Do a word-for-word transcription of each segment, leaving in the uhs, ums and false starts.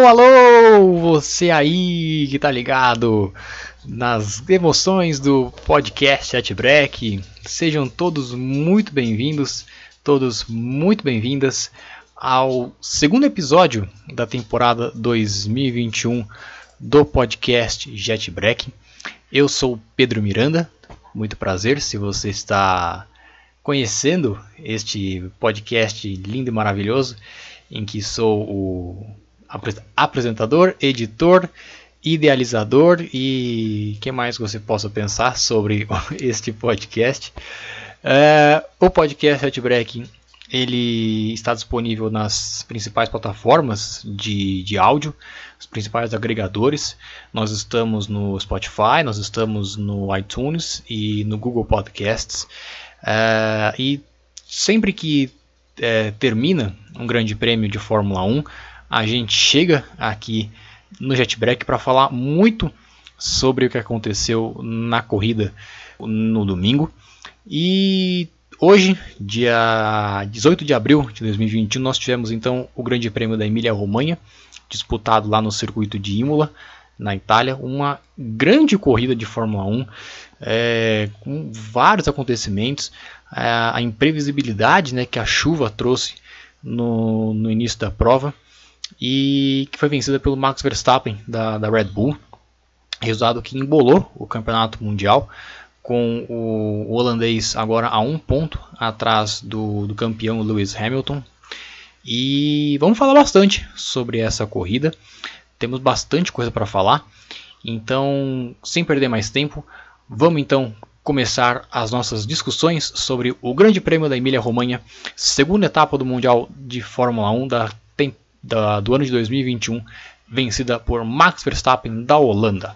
Alô, alô, você aí que tá ligado nas emoções do podcast Chatbreak. Sejam todos muito bem-vindos, todos muito bem-vindas ao segundo episódio da temporada dois mil e vinte e um do podcast Jetbreak. Eu sou Pedro Miranda, muito prazer se você está conhecendo este podcast lindo e maravilhoso, em que sou o apresentador, editor, idealizador e que mais você possa pensar sobre este podcast. É, o podcast Jetbreak, ele está disponível nas principais plataformas de, de áudio, os principais agregadores. Nós estamos no Spotify, nós estamos no iTunes e no Google Podcasts. É, e sempre que é, termina um grande prêmio de Fórmula um, a gente chega aqui no Jetbreak para falar muito sobre o que aconteceu na corrida no domingo. E hoje, dia dezoito de abril de dois mil e vinte e um, nós tivemos então o Grande Prêmio da Emília-Romanha, disputado lá no circuito de Imola, na Itália. Uma grande corrida de Fórmula um, é, com vários acontecimentos. É, a imprevisibilidade, né, que a chuva trouxe no, no início da prova, e que foi vencida pelo Max Verstappen da, da Red Bull, resultado que embolou o campeonato mundial, com o, o holandês agora a um ponto atrás do, do campeão Lewis Hamilton. E vamos falar bastante sobre essa corrida, temos bastante coisa para falar, então sem perder mais tempo, vamos então começar as nossas discussões sobre o Grande Prêmio da Emília-Romanha, segunda etapa do Mundial de Fórmula um da Da, do ano de dois mil e vinte e um, vencida por Max Verstappen da Holanda.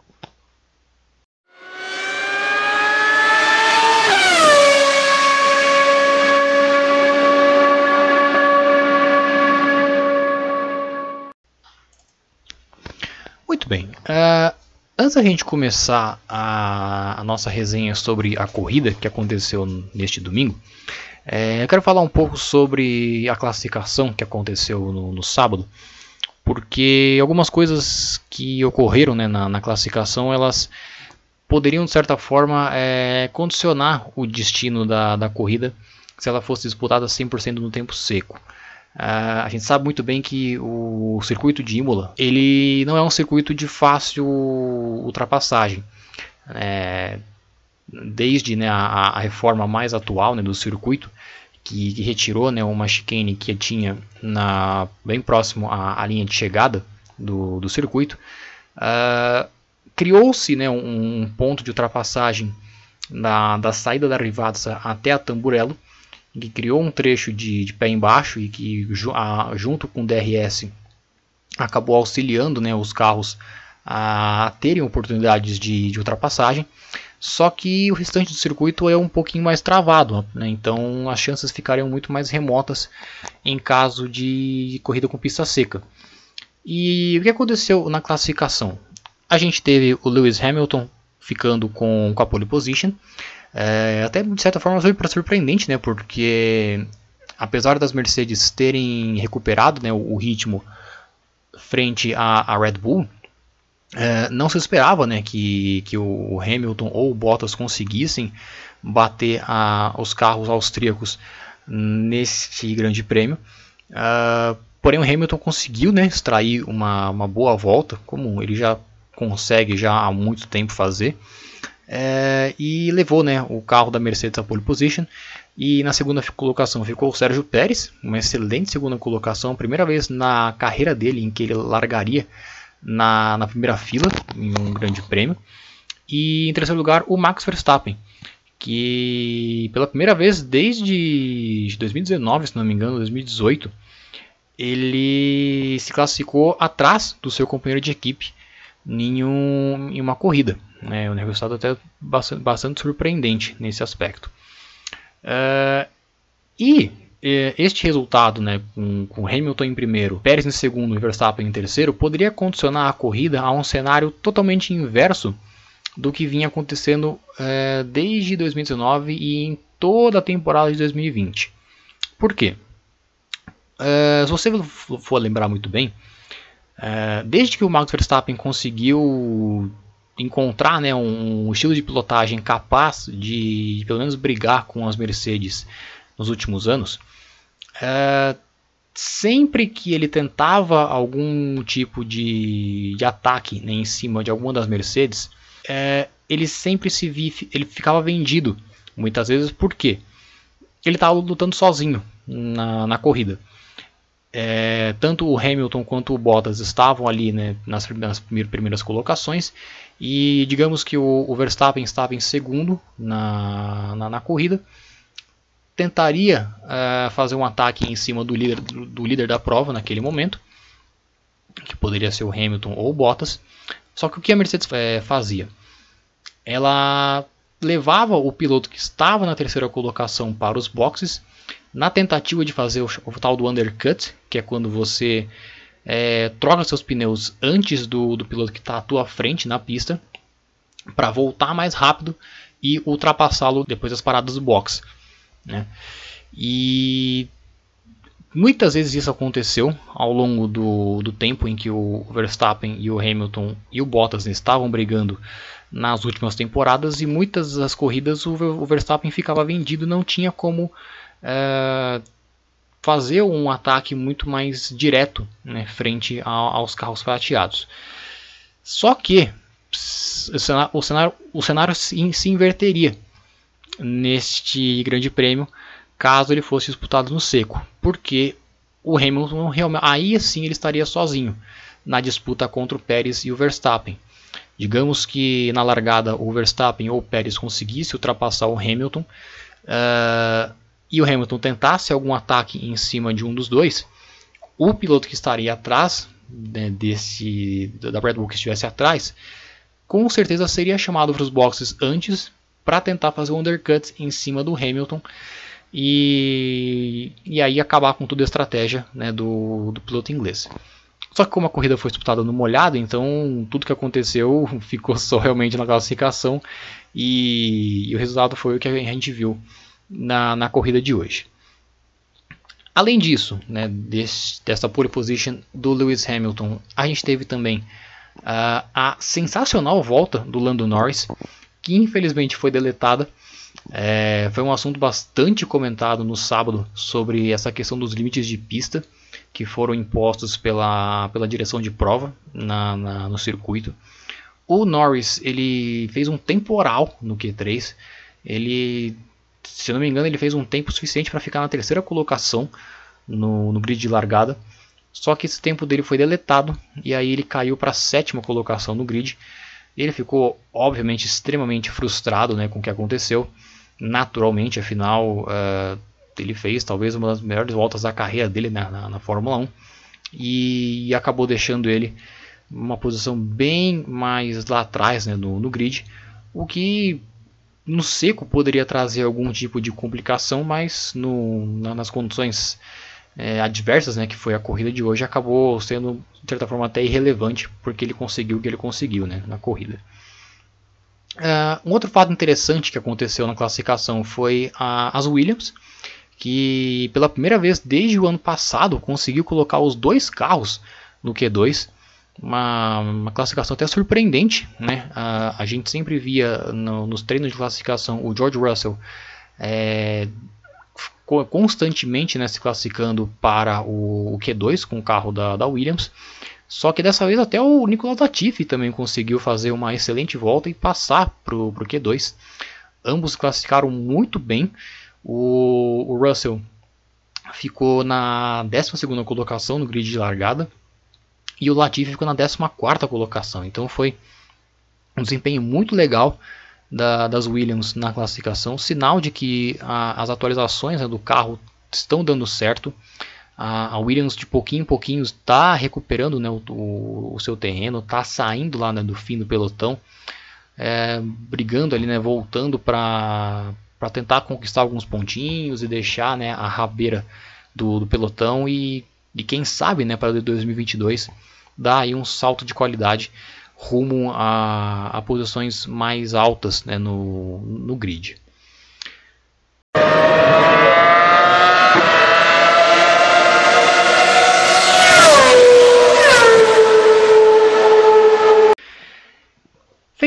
Muito bem, uh, antes da gente começar a, a nossa resenha sobre a corrida que aconteceu neste domingo, É, eu quero falar um pouco sobre a classificação que aconteceu no, no sábado, porque algumas coisas que ocorreram, né, na, na classificação, elas poderiam de certa forma é, condicionar o destino da, da corrida se ela fosse disputada cem por cento no tempo seco. Uh, a gente sabe muito bem que o circuito de Imola, ele não é um circuito de fácil ultrapassagem. É, desde, né, a, a reforma mais atual, né, do circuito, que, que retirou, né, uma chicane que tinha na, bem próximo à, à linha de chegada do, do circuito, uh, criou-se, né, um, um ponto de ultrapassagem da, da saída da Rivazza até a Tamburello, que criou um trecho de, de pé embaixo e que a, junto com o D R S acabou auxiliando, né, os carros a terem oportunidades de, de ultrapassagem. Só que o restante do circuito é um pouquinho mais travado, né? Então as chances ficariam muito mais remotas em caso de corrida com pista seca. E o que aconteceu na classificação? A gente teve o Lewis Hamilton ficando com, com a pole position, é, até de certa forma foi surpreendente, né? Porque apesar das Mercedes terem recuperado, né, o, o ritmo frente à, à Red Bull, É, não se esperava, né, que, que o Hamilton ou o Bottas conseguissem bater a, os carros austríacos nesse grande prêmio. Uh, porém o Hamilton conseguiu, né, extrair uma, uma boa volta, como ele já consegue já há muito tempo fazer, é, e levou, né, o carro da Mercedes à pole position. E na segunda colocação ficou o Sérgio Pérez, uma excelente segunda colocação, primeira vez na carreira dele em que ele largaria Na, na primeira fila em um grande prêmio. E em terceiro lugar o Max Verstappen, que pela primeira vez desde dois mil e dezenove, se não me engano, dois mil e dezoito, ele se classificou atrás do seu companheiro de equipe em, um, em uma corrida, né? Um resultado até bastante, bastante surpreendente nesse aspecto. Uh, e este resultado, né, com, com Hamilton em primeiro, Pérez em segundo e Verstappen em terceiro, poderia condicionar a corrida a um cenário totalmente inverso do que vinha acontecendo é, desde dois mil e dezenove e em toda a temporada de dois mil e vinte. Por quê? É, se você for lembrar muito bem, É, desde que o Max Verstappen conseguiu encontrar, né, um estilo de pilotagem capaz de pelo menos brigar com as Mercedes nos últimos anos, é, sempre que ele tentava algum tipo de, de ataque, né, em cima de alguma das Mercedes, é, ele sempre se via, ele ficava vendido, muitas vezes. Por quê? Ele estava lutando sozinho na, na corrida. É, tanto o Hamilton quanto o Bottas estavam ali, né, nas, nas primeiras colocações, e digamos que o, o Verstappen estava em segundo na, na, na corrida. Tentaria uh, fazer um ataque em cima do líder, do, do líder da prova naquele momento, que poderia ser o Hamilton ou o Bottas. Só que o que a Mercedes é, fazia? Ela levava o piloto que estava na terceira colocação para os boxes, na tentativa de fazer o, o tal do undercut, que é quando você é, troca seus pneus antes do, do piloto que está à tua frente na pista, para voltar mais rápido e ultrapassá-lo depois das paradas do box, né? E muitas vezes isso aconteceu ao longo do, do tempo em que o Verstappen e o Hamilton e o Bottas estavam brigando nas últimas temporadas, e muitas das corridas o, o Verstappen ficava vendido, não tinha como é, fazer um ataque muito mais direto, né, frente a, aos carros prateados. Só que o cenário, o cenário, o cenário se, se inverteria neste grande prêmio caso ele fosse disputado no seco, porque o Hamilton realmente, aí sim ele estaria sozinho na disputa contra o Pérez e o Verstappen. Digamos que na largada o Verstappen ou o Pérez conseguisse ultrapassar o Hamilton, uh, e o Hamilton tentasse algum ataque em cima de um dos dois, o piloto que estaria atrás, né, desse, da Red Bull que estivesse atrás, com certeza seria chamado para os boxes antes para tentar fazer um undercut em cima do Hamilton, e, e aí acabar com toda a estratégia, né, do, do piloto inglês. Só que como a corrida foi disputada no molhado, então tudo que aconteceu ficou só realmente na classificação, e, e o resultado foi o que a gente viu na, na corrida de hoje. Além disso, né, desse, dessa pole position do Lewis Hamilton, a gente teve também uh, a sensacional volta do Lando Norris, que infelizmente foi deletada. É, foi um assunto bastante comentado no sábado sobre essa questão dos limites de pista que foram impostos pela, pela direção de prova na, na, no circuito. O Norris ele fez um temporal no Q três. Ele, se não me engano, ele fez um tempo suficiente para ficar na terceira colocação no, no grid de largada. Só que esse tempo dele foi deletado e aí ele caiu para a sétima colocação no grid. Ele ficou, obviamente, extremamente frustrado, né, com o que aconteceu. Naturalmente, afinal, uh, ele fez talvez uma das melhores voltas da carreira dele na, na, na Fórmula um. E, e acabou deixando ele uma posição bem mais lá atrás, né, no, no grid. O que no seco poderia trazer algum tipo de complicação, mas no, na, nas condições é, adversas, né, que foi a corrida de hoje, acabou sendo de certa forma até irrelevante, porque ele conseguiu o que ele conseguiu, né, na corrida. Uh, um outro fato interessante que aconteceu na classificação foi a, as Williams, que pela primeira vez desde o ano passado conseguiu colocar os dois carros no Q dois, uma, uma classificação até surpreendente, né? Uh, a gente sempre via no, nos treinos de classificação o George Russell é, constantemente, né, se classificando para o, o Q dois com o carro da, da Williams. Só que dessa vez até o Nicolas Latifi também conseguiu fazer uma excelente volta e passar para o Q dois. Ambos classificaram muito bem. O, o Russell ficou na décima segunda colocação no grid de largada e o Latifi ficou na décima quarta colocação. Então foi um desempenho muito legal da, das Williams na classificação. Sinal de que a, as atualizações, né, do carro estão dando certo. A Williams de pouquinho em pouquinho está recuperando, né, o, o, o seu terreno, está saindo lá, né, do fim do pelotão, é, brigando ali, né, voltando para tentar conquistar alguns pontinhos e deixar, né, a rabeira do, do pelotão e, e quem sabe, né, para dois mil e vinte e dois dar aí um salto de qualidade rumo a, a posições mais altas, né, no, no grid.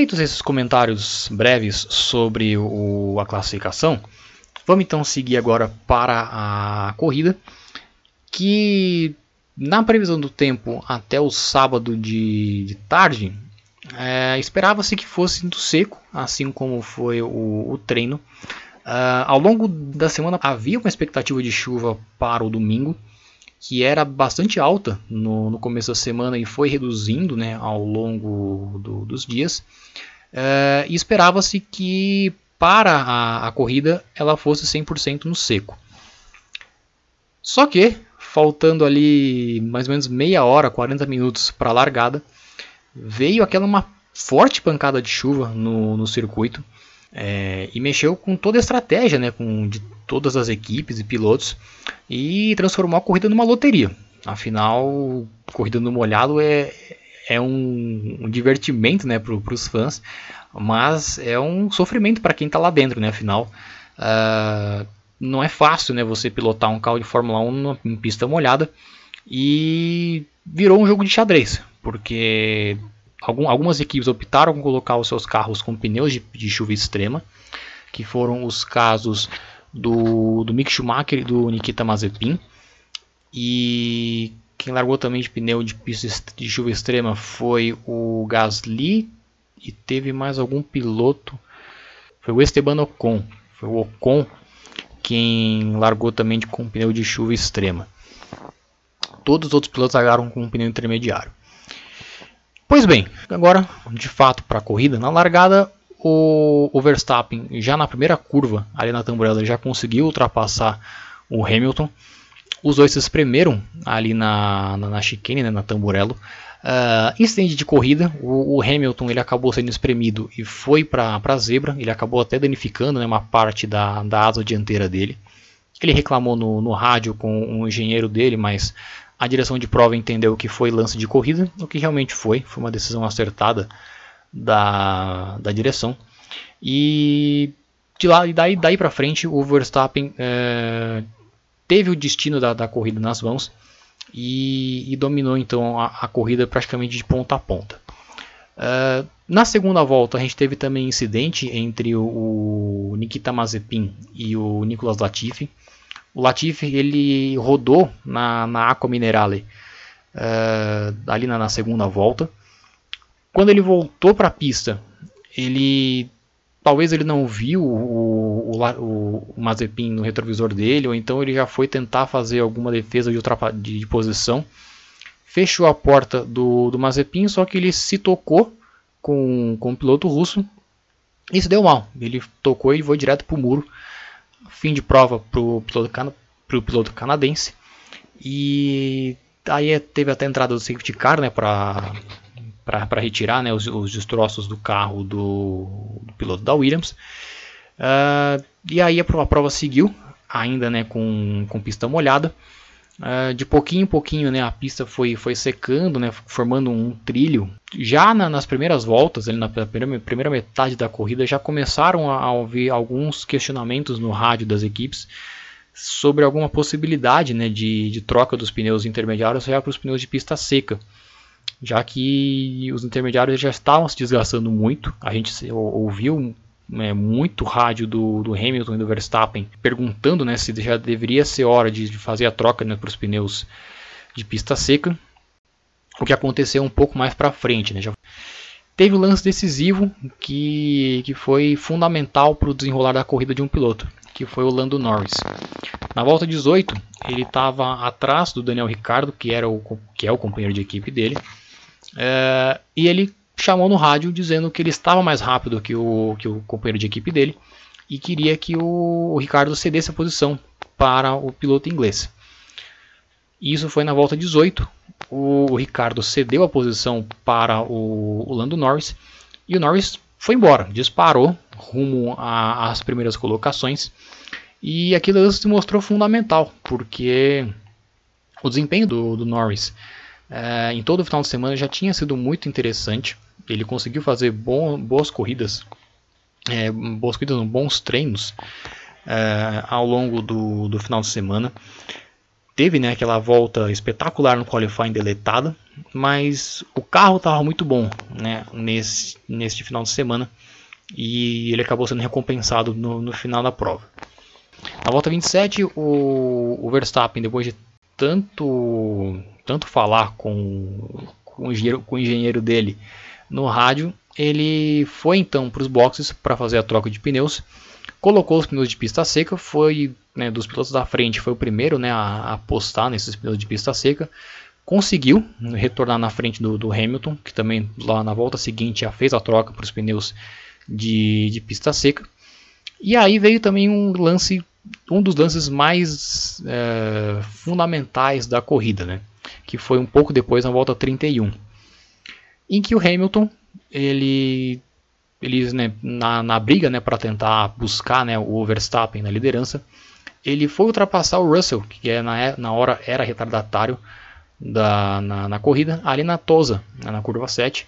Feitos esses comentários breves sobre o, a classificação, vamos então seguir agora para a corrida, que na previsão do tempo até o sábado de, de tarde, é, esperava-se que fosse do seco, assim como foi o, o treino. Uh, ao longo da semana havia uma expectativa de chuva para o domingo, que era bastante alta no, no começo da semana e foi reduzindo, né, ao longo do, dos dias. Uh, e esperava-se que para a, a corrida ela fosse cem por cento no seco. Só que, faltando ali mais ou menos meia hora, quarenta minutos para a largada, veio aquela uma forte pancada de chuva no, no circuito, é, e mexeu com toda a estratégia, né, com, de todas as equipes e pilotos, e transformou a corrida numa loteria. Afinal, corrida no molhado é, é um, um divertimento, né, para os fãs, mas é um sofrimento para quem está lá dentro, né, afinal... Uh, não é fácil, né, você pilotar um carro de Fórmula um em pista molhada, e virou um jogo de xadrez, porque algum, algumas equipes optaram por colocar os seus carros com pneus de, de chuva extrema, que foram os casos do, do Mick Schumacher e do Nikita Mazepin, e quem largou também de pneu de pista de chuva extrema foi o Gasly, e teve mais algum piloto, foi o Esteban Ocon, foi o Ocon quem largou também de, com pneu de chuva extrema. Todos os outros pilotos largaram com um pneu intermediário. Pois bem, agora de fato para a corrida, na largada o, o Verstappen já na primeira curva, ali na tamborela, já conseguiu ultrapassar o Hamilton. Os dois se espremeram ali na, na, na chicane, né, na tamborelo. Uh, incidente de corrida, o, o Hamilton ele acabou sendo espremido e foi para a zebra, ele acabou até danificando, né, uma parte da, da asa dianteira dele. Ele reclamou no, no rádio com o engenheiro dele, mas a direção de prova entendeu que foi lance de corrida, o que realmente foi, foi uma decisão acertada da, da direção. E de lá, daí, daí para frente o Verstappen uh, teve o destino da, da corrida nas mãos, E, e dominou então a, a corrida praticamente de ponta a ponta. Uh, na segunda volta a gente teve também incidente entre o, o Nikita Mazepin e o Nicolas Latifi. O Latifi ele rodou na, na Aqua Minerale uh, ali na, na segunda volta. Quando ele voltou para a pista, ele talvez ele não viu o, o, o Mazepin no retrovisor dele, ou então ele já foi tentar fazer alguma defesa de, de, de posição. Fechou a porta do, do Mazepin, só que ele se tocou com, com o piloto russo e se deu mal. Ele tocou e foi direto para o muro. Fim de prova para o piloto, pro piloto canadense. E aí teve até a entrada do safety car, né, para... para retirar, né, os, os destroços do carro do, do piloto da Williams. Uh, e aí a prova, a prova seguiu, ainda, né, com, com pista molhada. Uh, de pouquinho em pouquinho, né, a pista foi, foi secando, né, formando um trilho. Já na, nas primeiras voltas, ali na primeira, primeira metade da corrida, já começaram a, a ouvir alguns questionamentos no rádio das equipes sobre alguma possibilidade, né, de, de troca dos pneus intermediários já para os pneus de pista seca, já que os intermediários já estavam se desgastando muito. A gente ouviu é, muito rádio do, do Hamilton e do Verstappen perguntando, né, se já deveria ser hora de, de fazer a troca, né, para os pneus de pista seca, o que aconteceu um pouco mais para frente, né. Já teve o lance decisivo que, que foi fundamental para o desenrolar da corrida de um piloto, que foi o Lando Norris. Na volta dezoito, ele estava atrás do Daniel Ricciardo, que, era o, que é o companheiro de equipe dele, é, e ele chamou no rádio dizendo que ele estava mais rápido que o, que o companheiro de equipe dele e queria que o, o Ricciardo cedesse a posição para o piloto inglês. Isso foi na volta dezoito. O, o Ricciardo cedeu a posição para o, o Lando Norris e o Norris foi embora, disparou rumo às primeiras colocações. E aquilo se mostrou fundamental, porque o desempenho do, do Norris é, em todo o final de semana já tinha sido muito interessante. Ele conseguiu fazer bom, boas corridas, é, boas corridas, bons treinos é, ao longo do, do final de semana. teve, né, aquela volta espetacular no qualifying deletada, mas o carro estava muito bom, né, nesse, neste final de semana, e ele acabou sendo recompensado no, no final da prova. Na volta vinte e sete, o, o Verstappen, depois de tanto, tanto falar com, com, o engenheiro, com o engenheiro dele no rádio, ele foi então para os boxes para fazer a troca de pneus, colocou os pneus de pista seca, foi, né, dos pilotos da frente, foi o primeiro, né, a apostar nesses pneus de pista seca, conseguiu retornar na frente do, do Hamilton, que também lá na volta seguinte já fez a troca para os pneus de, de pista seca. E aí veio também um lance, um dos lances mais é, fundamentais da corrida, né, que foi um pouco depois, na volta trinta e um, em que o Hamilton, ele, eles, né, na, na briga, né, para tentar buscar, né, o Verstappen na liderança, ele foi ultrapassar o Russell, que é, na, na hora era retardatário da, na, na corrida, ali na Tosa, né, na curva sete,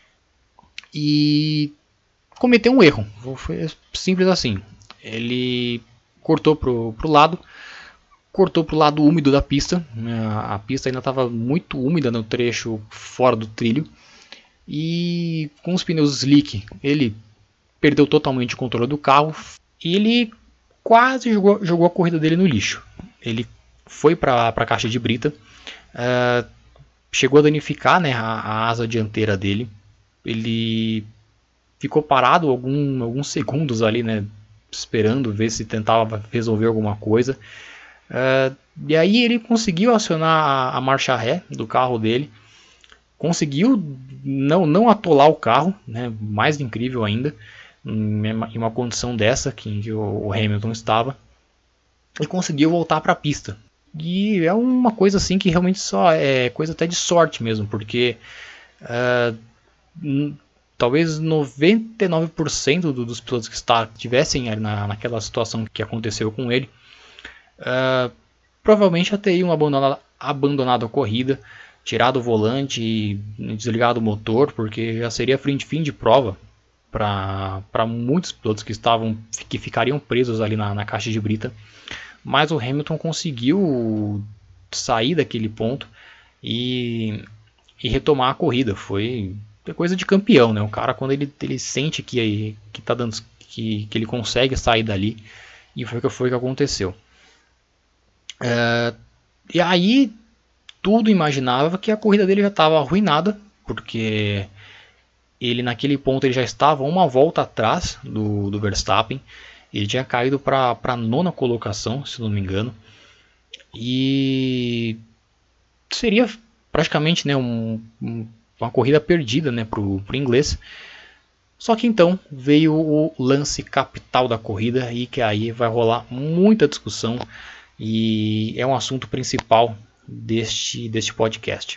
e cometeu um erro. Foi simples assim. Ele cortou para o lado, cortou para o lado úmido da pista. A pista ainda estava muito úmida no trecho fora do trilho. E com os pneus slick, ele perdeu totalmente o controle do carro. E ele quase jogou, jogou a corrida dele no lixo. Ele foi para a caixa de brita. Uh, chegou a danificar, né, a, a asa dianteira dele. Ele ficou parado algum, alguns segundos ali, né, esperando ver se tentava resolver alguma coisa. Uh, e aí ele conseguiu acionar a, a marcha ré do carro dele, conseguiu não, não atolar o carro, né, mais incrível ainda, em uma condição dessa que, em que o, o Hamilton estava, e conseguiu voltar para a pista. E é uma coisa assim que realmente só é coisa até de sorte mesmo, porque uh, talvez noventa e nove por cento dos pilotos que está, tivessem na, naquela situação que aconteceu com ele, uh, provavelmente já teriam abandonado, abandonado a corrida, tirado o volante e desligado o motor, porque já seria fim de, fim de prova para muitos pilotos que, estavam, que ficariam presos ali na, na caixa de brita. Mas o Hamilton conseguiu sair daquele ponto e, e retomar a corrida. Foi coisa de campeão, né? O cara, quando ele, ele sente que, que, tá dando, que, que ele consegue sair dali, e foi o que, foi que aconteceu. É, e aí, tudo imaginava que a corrida dele já estava arruinada, porque ele naquele ponto ele já estava uma volta atrás do, do Verstappen. Ele tinha caído para a nona colocação, se não me engano. E seria praticamente, né, um, um, uma corrida perdida, né, para o inglês. Só que então veio o lance capital da corrida, e que aí vai rolar muita discussão. E é um assunto principal deste, deste podcast.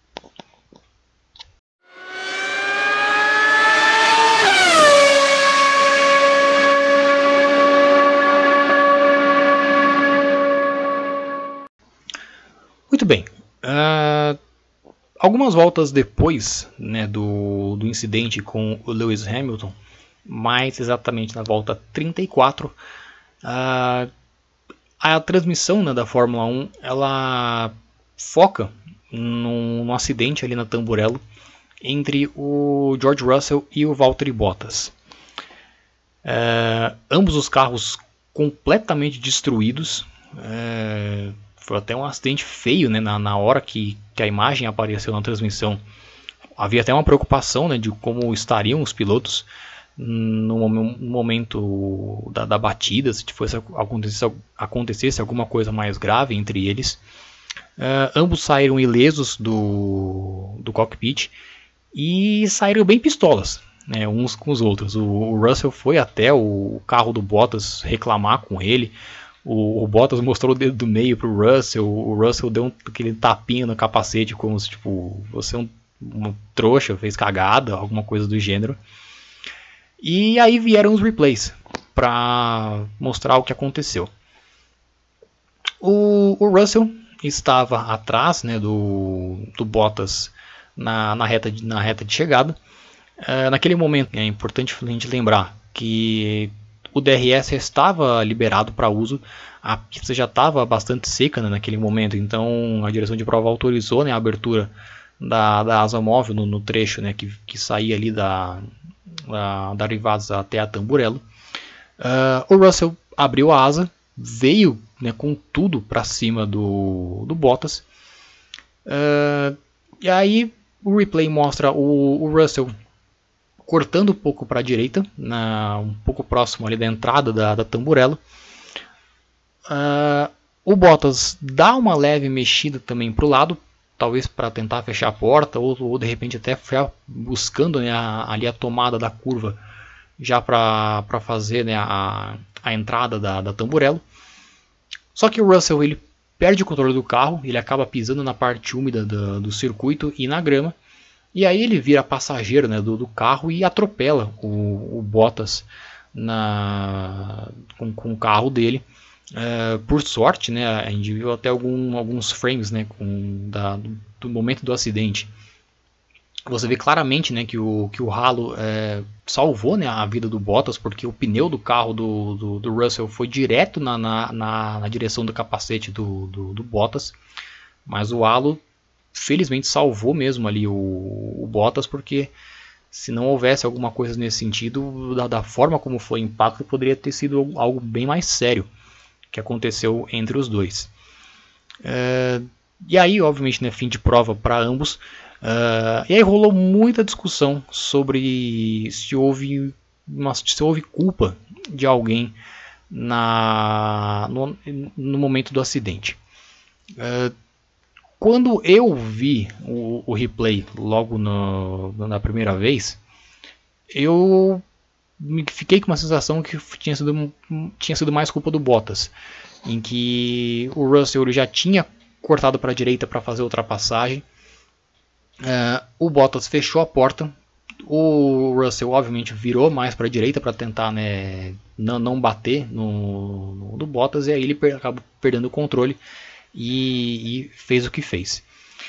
Muito bem, uh, algumas voltas depois, né, do, do incidente com o Lewis Hamilton, mais exatamente na volta trinta e quatro, uh, a transmissão, né, da Fórmula um, ela foca num, num acidente ali na Tamburello entre o George Russell e o Valtteri Bottas. Uh, ambos os carros completamente destruídos. Uh, Foi até um acidente feio, né, na, na hora que, que a imagem apareceu na transmissão. Havia até uma preocupação, né, de como estariam os pilotos no, no momento da, da batida, se fosse acontecesse, acontecesse alguma coisa mais grave entre eles. Uh, ambos saíram ilesos do, do cockpit e saíram bem pistolas, né, uns com os outros. O, o Russell foi até o carro do Bottas reclamar com ele. O, o Bottas mostrou o dedo do meio pro Russell. O Russell deu um, aquele tapinha no capacete, como se, tipo, você é um, um trouxa, fez cagada, alguma coisa do gênero. E aí vieram os replays para mostrar o que aconteceu. O, o Russell estava atrás, né, do, do Bottas na, na, reta de, na reta de chegada. Uh, naquele momento é importante a gente lembrar que o D R S estava liberado para uso, a pista já estava bastante seca, né, naquele momento, então a direção de prova autorizou, né, a abertura da, da asa móvel no, no trecho, né, que, que saía ali da, da, da Rivazza até a Tamburello. Uh, o Russell abriu a asa, veio, né, com tudo para cima do, do Bottas, uh, e aí o replay mostra o, o Russell cortando um pouco para a direita, na, um pouco próximo ali da entrada da, da Tamburello. Uh, o Bottas dá uma leve mexida também para o lado, talvez para tentar fechar a porta, ou, ou de repente até buscando, né, a, ali a tomada da curva, já para fazer, né, a, a entrada da, da Tamburello. Só que o Russell ele perde o controle do carro, ele acaba pisando na parte úmida do, do circuito e na grama. E aí ele vira passageiro, né, do, do carro e atropela o, o Bottas na, com, com o carro dele. Uh, por sorte, né, a gente viu até algum, alguns frames, né, com, da, do, do momento do acidente. Você vê claramente, né, que o, que o ralo é, salvou, né, a vida do Bottas, porque o pneu do carro do, do, do Russell foi direto na, na, na, na direção do capacete do, do, do Bottas. Mas o halo felizmente salvou mesmo ali o, o Bottas, porque se não houvesse alguma coisa nesse sentido, da, da forma como foi o impacto, poderia ter sido algo bem mais sério que aconteceu entre os dois. É, e aí, obviamente, né, fim de prova para ambos. Uh, e aí rolou muita discussão sobre se houve, uma, se houve culpa de alguém na, no, no momento do acidente. Uh, Quando eu vi o, o replay logo no, na primeira vez, eu fiquei com uma sensação que tinha sido, tinha sido mais culpa do Bottas, em que o Russell já tinha cortado para a direita para fazer a ultrapassagem, uh, o Bottas fechou a porta, o Russell obviamente virou mais para a direita para tentar, né, não, não bater no, no, no Bottas, e aí ele per, acabou perdendo o controle E, e fez o que fez.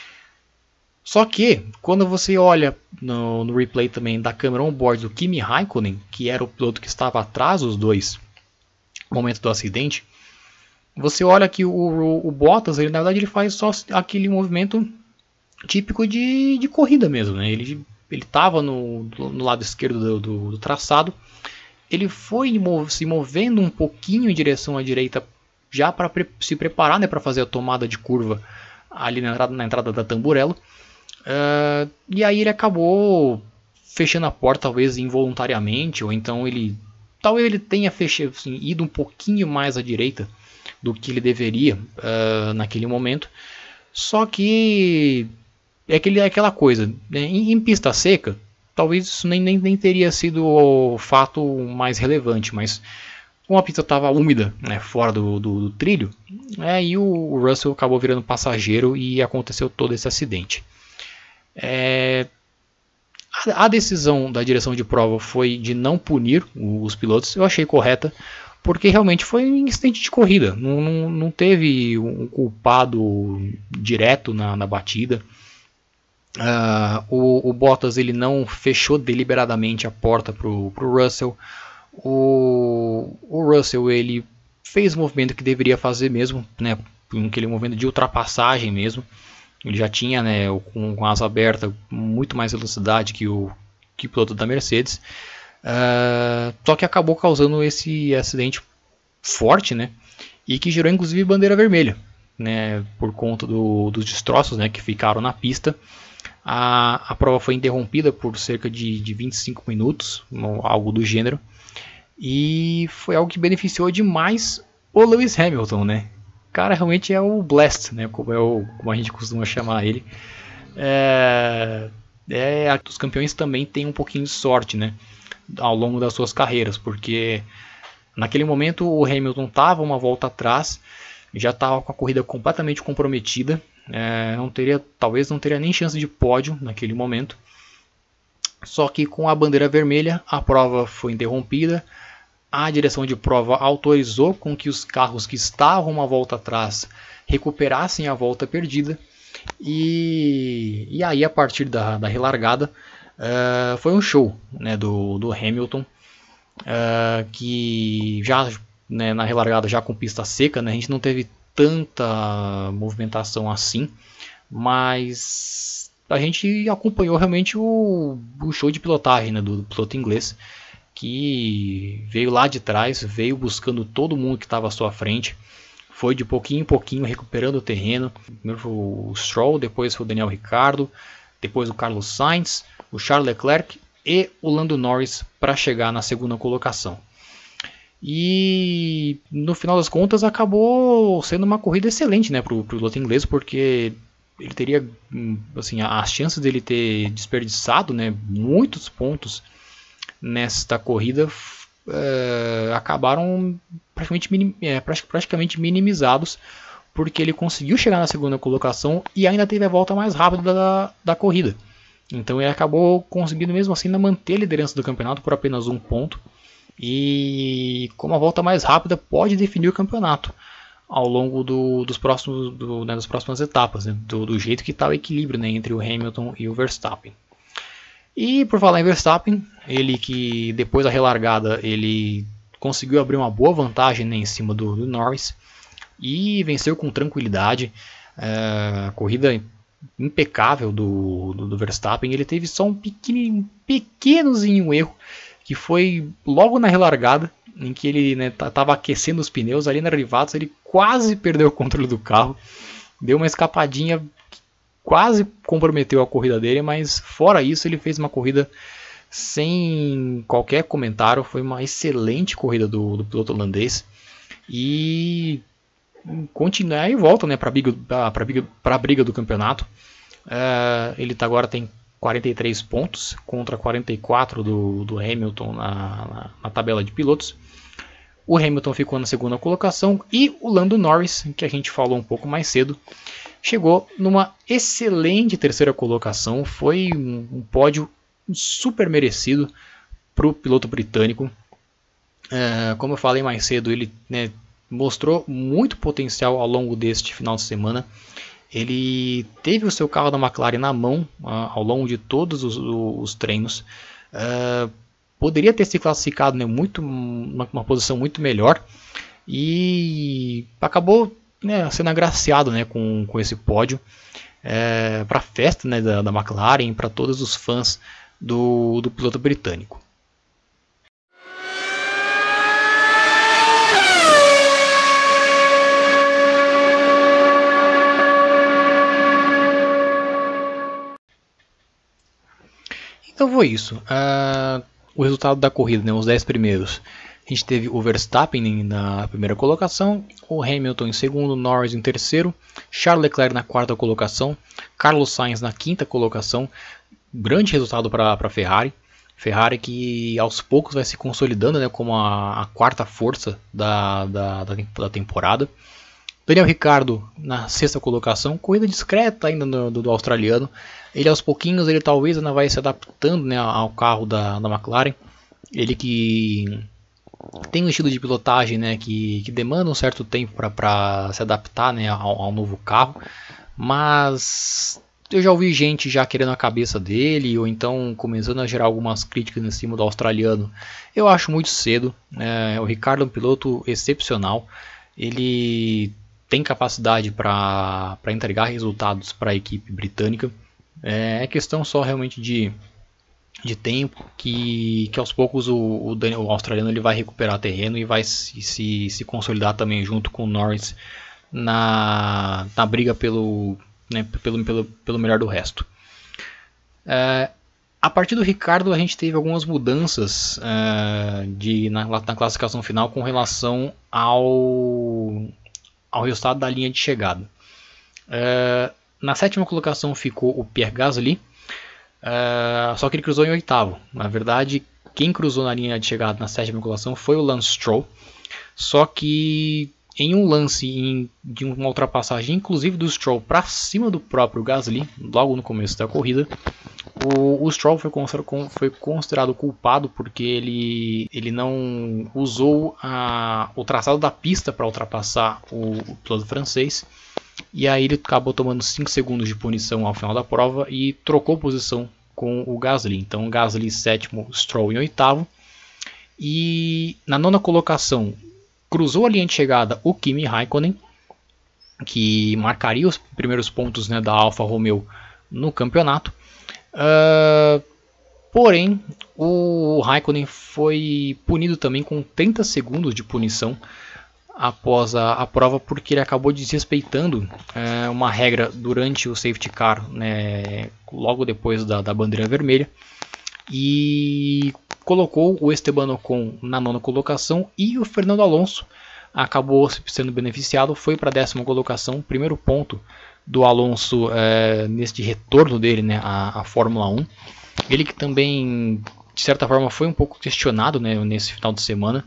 Só que quando você olha no, no replay também da câmera on-board do Kimi Raikkonen, que era o piloto que estava atrás dos dois no momento do acidente, você olha que o, o, o Bottas, ele, na verdade, ele faz só aquele movimento típico de, de corrida mesmo, né? Ele estava no, no lado esquerdo do, do, do traçado, ele foi se movendo um pouquinho em direção à direita, já para pre se preparar, né, para fazer a tomada de curva ali na entrada, na entrada da Tamburello. Uh, e aí ele acabou fechando a porta, talvez involuntariamente, ou então ele talvez ele tenha fechado, assim, ido um pouquinho mais à direita do que ele deveria uh, naquele momento. Só que é, aquele, é aquela coisa, né, em, em pista seca, talvez isso nem, nem, nem teria sido o fato mais relevante, mas como a pista estava úmida, né, fora do, do, do trilho, é, e o Russell acabou virando passageiro e aconteceu todo esse acidente. É, a, a decisão da direção de prova foi de não punir os pilotos, eu achei correta, porque realmente foi um incidente de corrida, não, não, não teve um culpado direto na, na batida. Uh, o, o Bottas ele não fechou deliberadamente a porta para o Russell. O, o Russell ele fez o movimento que deveria fazer mesmo, né, aquele movimento de ultrapassagem mesmo. Ele já tinha, né, com, com a asa aberta muito mais velocidade que o, que o piloto da Mercedes, uh, só que acabou causando esse acidente forte, né, e que gerou inclusive bandeira vermelha, né, por conta do, dos destroços, né, que ficaram na pista. A, a prova foi interrompida por cerca de, de vinte e cinco minutos, algo do gênero. E foi algo que beneficiou demais o Lewis Hamilton, né? O cara realmente é o Blast, né? Como, é o, como a gente costuma chamar ele. É, é, os campeões também têm um pouquinho de sorte, né? Ao longo das suas carreiras, porque naquele momento o Hamilton estava uma volta atrás, já estava com a corrida completamente comprometida, é, não teria, talvez não teria nem chance de pódio naquele momento. Só que com a bandeira vermelha a prova foi interrompida. A direção de prova autorizou com que os carros que estavam uma volta atrás recuperassem a volta perdida. E, e aí, a partir da, da relargada, uh, foi um show, né, do, do Hamilton. uh, que já, né, na relargada já com pista seca, né, a gente não teve tanta movimentação assim, mas a gente acompanhou realmente o, o show de pilotagem, né, do, do piloto inglês, que veio lá de trás, veio buscando todo mundo que estava à sua frente, foi de pouquinho em pouquinho recuperando o terreno. Primeiro foi o Stroll, depois foi o Daniel Ricciardo, depois o Carlos Sainz, o Charles Leclerc e o Lando Norris para chegar na segunda colocação. E no final das contas acabou sendo uma corrida excelente, né, para o piloto inglês, porque ele teria, assim, as chances dele ter desperdiçado, né, muitos pontos nesta corrida é, acabaram praticamente, minim, é, praticamente minimizados, porque ele conseguiu chegar na segunda colocação e ainda teve a volta mais rápida da, da corrida. Então ele acabou conseguindo mesmo assim manter a liderança do campeonato por apenas um ponto. E como a volta mais rápida pode definir o campeonato ao longo do, dos próximos, do, né, das próximas etapas, né, do, do jeito que está o equilíbrio, né, entre o Hamilton e o Verstappen. E por falar em Verstappen, ele que depois da relargada ele conseguiu abrir uma boa vantagem, né, em cima do, do Norris e venceu com tranquilidade. É, a corrida impecável do, do, do Verstappen. Ele teve só um pequeno, pequenozinho erro, que foi logo na relargada, em que ele estava, né, aquecendo os pneus ali na Rivatos, ele quase perdeu o controle do carro, deu uma escapadinha, quase comprometeu a corrida dele, mas fora isso ele fez uma corrida sem qualquer comentário. Foi uma excelente corrida do, do piloto holandês e continua e volta, né, para a briga, briga, briga do campeonato. Uh, ele tá, agora tem quarenta e três pontos contra quarenta e quatro do, do Hamilton na, na, na tabela de pilotos. O Hamilton ficou na segunda colocação e o Lando Norris, que a gente falou um pouco mais cedo, chegou numa excelente terceira colocação. Foi um, um pódio super merecido para o piloto britânico. Uh, como eu falei mais cedo, ele, né, mostrou muito potencial ao longo deste final de semana. Ele teve o seu carro da McLaren na mão uh, ao longo de todos os, os treinos. Uh, poderia ter se classificado, né, muito, uma, uma posição muito melhor. E acabou, né, sendo agraciado, né, com, com esse pódio. Uh, para a festa, né, da, da McLaren, para todos os fãs do, do piloto britânico. Então foi isso. Uh, o resultado da corrida, né, os dez primeiros. A gente teve o Verstappen na primeira colocação, o Hamilton em segundo, Norris em terceiro, Charles Leclerc na quarta colocação, Carlos Sainz na quinta colocação. Grande resultado para a Ferrari. Ferrari que aos poucos vai se consolidando, né, como a, a quarta força da, da, da, da temporada. Daniel Ricciardo na sexta colocação, corrida discreta ainda do, do, do australiano. Ele aos pouquinhos, ele talvez ainda vai se adaptando, né, ao carro da, da McLaren. Ele que tem um estilo de pilotagem, né, que, que demanda um certo tempo para se adaptar, né, ao, ao novo carro. Mas eu já ouvi gente já querendo a cabeça dele, ou então começando a gerar algumas críticas em cima do australiano. Eu acho muito cedo. É, o Ricciardo é um piloto excepcional. Ele tem capacidade para entregar resultados para a equipe britânica. É questão só realmente de, de tempo, que, que aos poucos o, o, Daniel, o australiano ele vai recuperar terreno e vai se, se, se consolidar também junto com o Norris na, na briga pelo, né, pelo, pelo, pelo melhor do resto. É, a partir do Ricciardo a gente teve algumas mudanças é, de, na, na classificação final com relação ao, ao resultado da linha de chegada. É, na sétima colocação ficou o Pierre Gasly, é, só que ele cruzou em oitavo. Na verdade, quem cruzou na linha de chegada na sétima colocação foi o Lance Stroll, só que em um lance em, de uma ultrapassagem, inclusive do Stroll para cima do próprio Gasly, logo no começo da corrida, o, o Stroll foi considerado, foi considerado culpado porque ele, ele não usou a, o traçado da pista para ultrapassar o, o piloto francês, e aí ele acabou tomando cinco segundos de punição ao final da prova e trocou posição com o Gasly. Então Gasly sétimo, Stroll em oitavo. E na nona colocação cruzou a linha de chegada o Kimi Raikkonen, que marcaria os primeiros pontos, né, da Alfa Romeo no campeonato. Uh, porém, o Raikkonen foi punido também com trinta segundos de punição após a, a prova, porque ele acabou desrespeitando é, uma regra durante o safety car, né, logo depois da, da bandeira vermelha, e colocou o Esteban Ocon na nona colocação, e o Fernando Alonso acabou sendo beneficiado, foi para a décima colocação, primeiro ponto do Alonso é, neste retorno dele, né, à, à Fórmula um. Ele que também, de certa forma, foi um pouco questionado, né, nesse final de semana,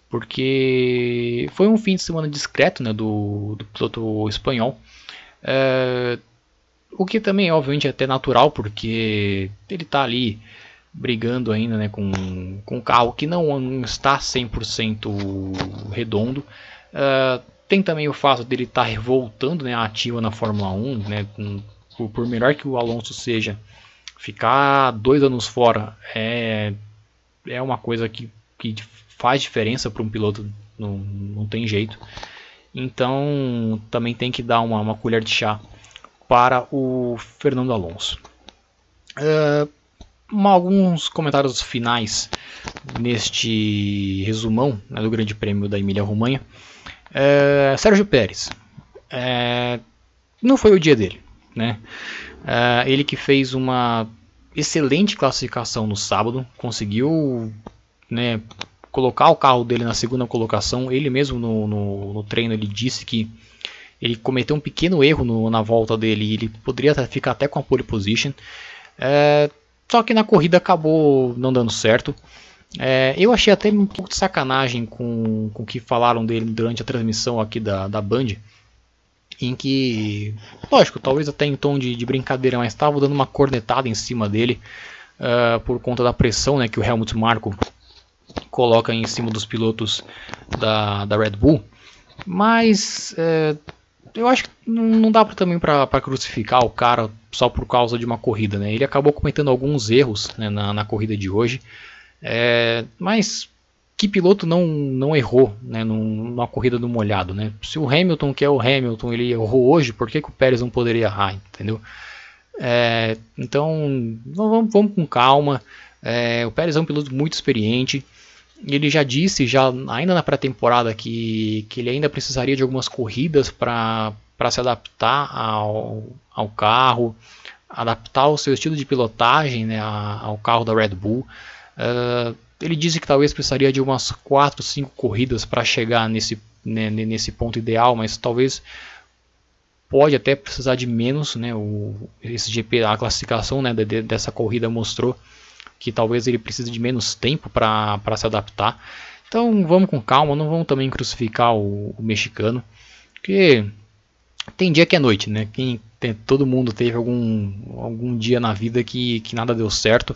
porque foi um fim de semana discreto, né, do, do piloto espanhol, é, o que também obviamente é até natural, porque ele está ali brigando ainda, né, com, com um carro que não, não está cem por cento redondo. É, tem também o fato dele estar tá voltando, né, ativa na Fórmula um, né, por, por melhor que o Alonso seja, ficar dois anos fora é, é uma coisa que, que faz diferença para um piloto, não, não tem jeito. Então também tem que dar uma, uma colher de chá para o Fernando Alonso. Uh, alguns comentários finais neste resumão, né, do Grande Prêmio da Emília-Romanha. Uh, Sérgio Pérez, uh, não foi o dia dele, né? Uh, ele que fez uma excelente classificação no sábado, conseguiu, né, colocar o carro dele na segunda colocação. Ele mesmo no, no, no treino ele disse que ele cometeu um pequeno erro no, na volta dele e ele poderia ficar até com a pole position, é, só que na corrida acabou não dando certo. É, eu achei até um pouco de sacanagem com, com o que falaram dele durante a transmissão aqui da, da Band, em que, lógico, talvez até em tom de, de brincadeira, mas estava dando uma cornetada em cima dele uh, por conta da pressão, né, que o Helmut Marko coloca em cima dos pilotos da, da Red Bull. Mas é, eu acho que não dá pra, também para crucificar o cara só por causa de uma corrida, né? Ele acabou cometendo alguns erros, né, na, na corrida de hoje, é, mas que piloto não, não errou, né, numa corrida no molhado, né? Se o Hamilton, que é o Hamilton, ele errou hoje, por que, que o Pérez não poderia errar, entendeu? É, então vamos, vamos com calma. É, o Pérez é um piloto muito experiente. Ele já disse, já ainda na pré-temporada, que, que ele ainda precisaria de algumas corridas para se adaptar ao, ao carro, adaptar o seu estilo de pilotagem, né, ao carro da Red Bull. Uh, ele disse que talvez precisaria de umas quatro, cinco corridas para chegar nesse, né, nesse ponto ideal, mas talvez pode até precisar de menos, né? O, esse G P, a classificação, né, de, dessa corrida mostrou que talvez ele precise de menos tempo para se adaptar. Então vamos com calma, não vamos também crucificar o, o mexicano, porque tem dia que é noite, né? Quem tem, todo mundo teve algum, algum dia na vida que, que nada deu certo,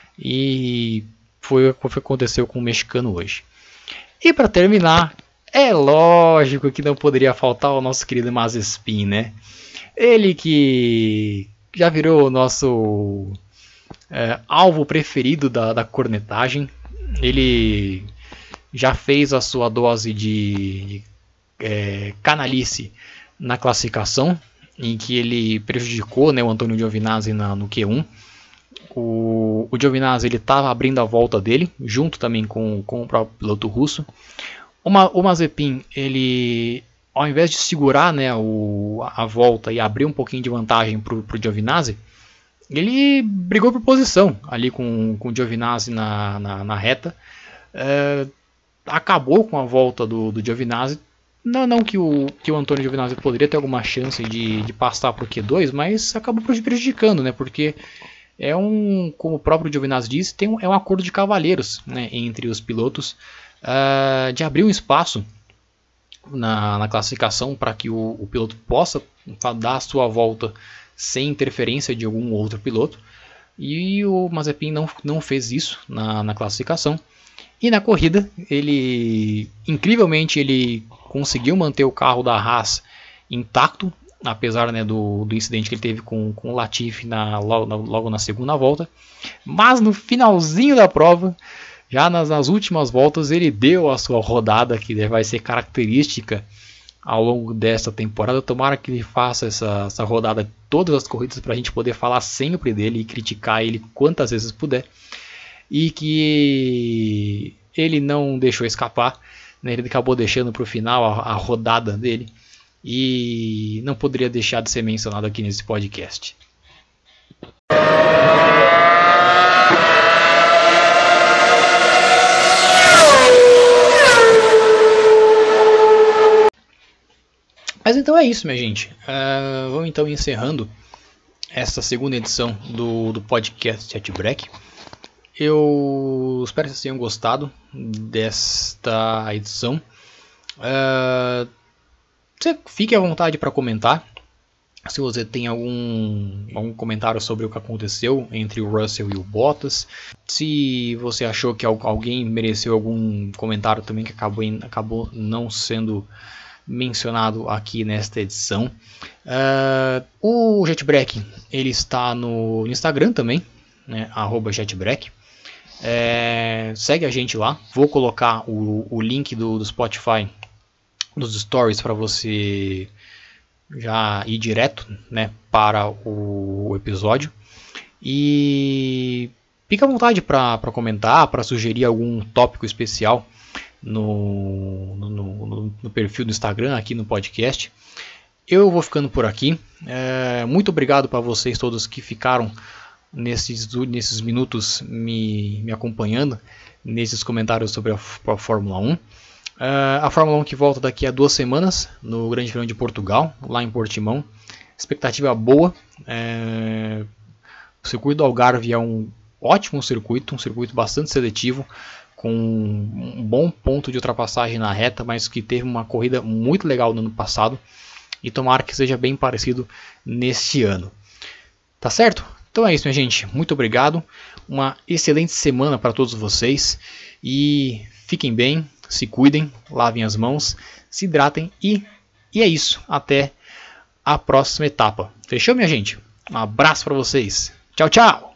e foi o que aconteceu com o mexicano hoje. E para terminar, é lógico que não poderia faltar o nosso querido Mazepin, né? Ele que já virou o nosso É, alvo preferido da, da cornetagem. Ele já fez a sua dose de, de é, canalice na classificação, em que ele prejudicou, né, o Antonio Giovinazzi na, no Q um. O, o Giovinazzi estava abrindo a volta dele, junto também com, com o próprio piloto russo. O, Ma, o Mazepin, ele, ao invés de segurar, né, o, a volta e abrir um pouquinho de vantagem para o Giovinazzi, ele brigou por posição ali com, com o Giovinazzi na, na, na reta. É, acabou com a volta do, do Giovinazzi. Não, não que, o, que o Antonio Giovinazzi poderia ter alguma chance de, de passar para o Q dois, mas acabou prejudicando, né? Porque é um, como o próprio Giovinazzi disse, tem um, é um acordo de cavalheiros, né, entre os pilotos, uh, de abrir um espaço na, na classificação para que o, o piloto possa dar a sua volta sem interferência de algum outro piloto. E o Mazepin não, não fez isso na, na classificação. E na corrida, ele incrivelmente ele conseguiu manter o carro da Haas intacto, apesar, né, do, do incidente que ele teve com, com o Latifi na, logo, na, logo na segunda volta. Mas no finalzinho da prova, Já nas, nas últimas voltas ele deu a sua rodada, que vai ser característica ao longo desta temporada. Tomara que ele faça essa, essa rodada todas as corridas para a gente poder falar sempre dele e criticar ele quantas vezes puder. E que ele não deixou escapar, né? Ele acabou deixando para o final a, a rodada dele e não poderia deixar de ser mencionado aqui nesse podcast. Mas então é isso, minha gente. Uh, vamos então encerrando essa segunda edição do, do podcast Chatbreak. Eu espero que vocês tenham gostado desta edição. Uh, você fique à vontade para comentar. Se você tem algum, algum comentário sobre o que aconteceu entre o Russell e o Bottas. Se você achou que alguém mereceu algum comentário também que acabou, acabou não sendo mencionado aqui nesta edição. Uh, o Jetbreak ele está no Instagram também, né, arroba Jetbreak. É, segue a gente lá. Vou colocar o, o link do, do Spotify nos stories para você já ir direto, né, para o episódio. E fica à vontade para comentar, para sugerir algum tópico especial no, no, no, no perfil do Instagram, aqui no podcast. Eu vou ficando por aqui. É, muito obrigado para vocês todos que ficaram nesses, nesses minutos me, me acompanhando, nesses comentários sobre a, a Fórmula um. É, a Fórmula um que volta daqui a duas semanas no Grande Prêmio de Portugal, lá em Portimão. Expectativa boa. É, o circuito do Algarve é um ótimo circuito, um circuito bastante seletivo, com um bom ponto de ultrapassagem na reta, mas que teve uma corrida muito legal no ano passado. E tomara que seja bem parecido neste ano. Tá certo? Então é isso, minha gente. Muito obrigado. Uma excelente semana para todos vocês. E fiquem bem, se cuidem, lavem as mãos, se hidratem. E, e é isso. Até a próxima etapa. Fechou, minha gente? Um abraço para vocês. Tchau, tchau!